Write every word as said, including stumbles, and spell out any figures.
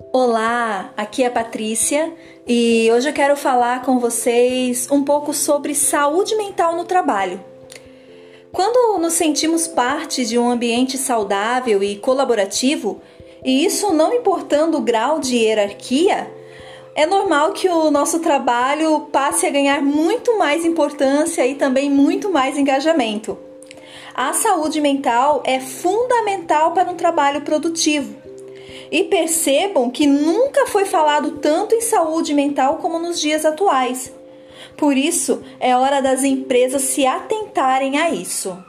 Olá, aqui é a Patrícia e hoje eu quero falar com vocês um pouco sobre saúde mental no trabalho. Quando nos sentimos parte de um ambiente saudável e colaborativo, e isso não importando o grau de hierarquia, é normal que o nosso trabalho passe a ganhar muito mais importância e também muito mais engajamento. A saúde mental é fundamental para um trabalho produtivo. E percebam que nunca foi falado tanto em saúde mental como nos dias atuais. Por isso, é hora das empresas se atentarem a isso.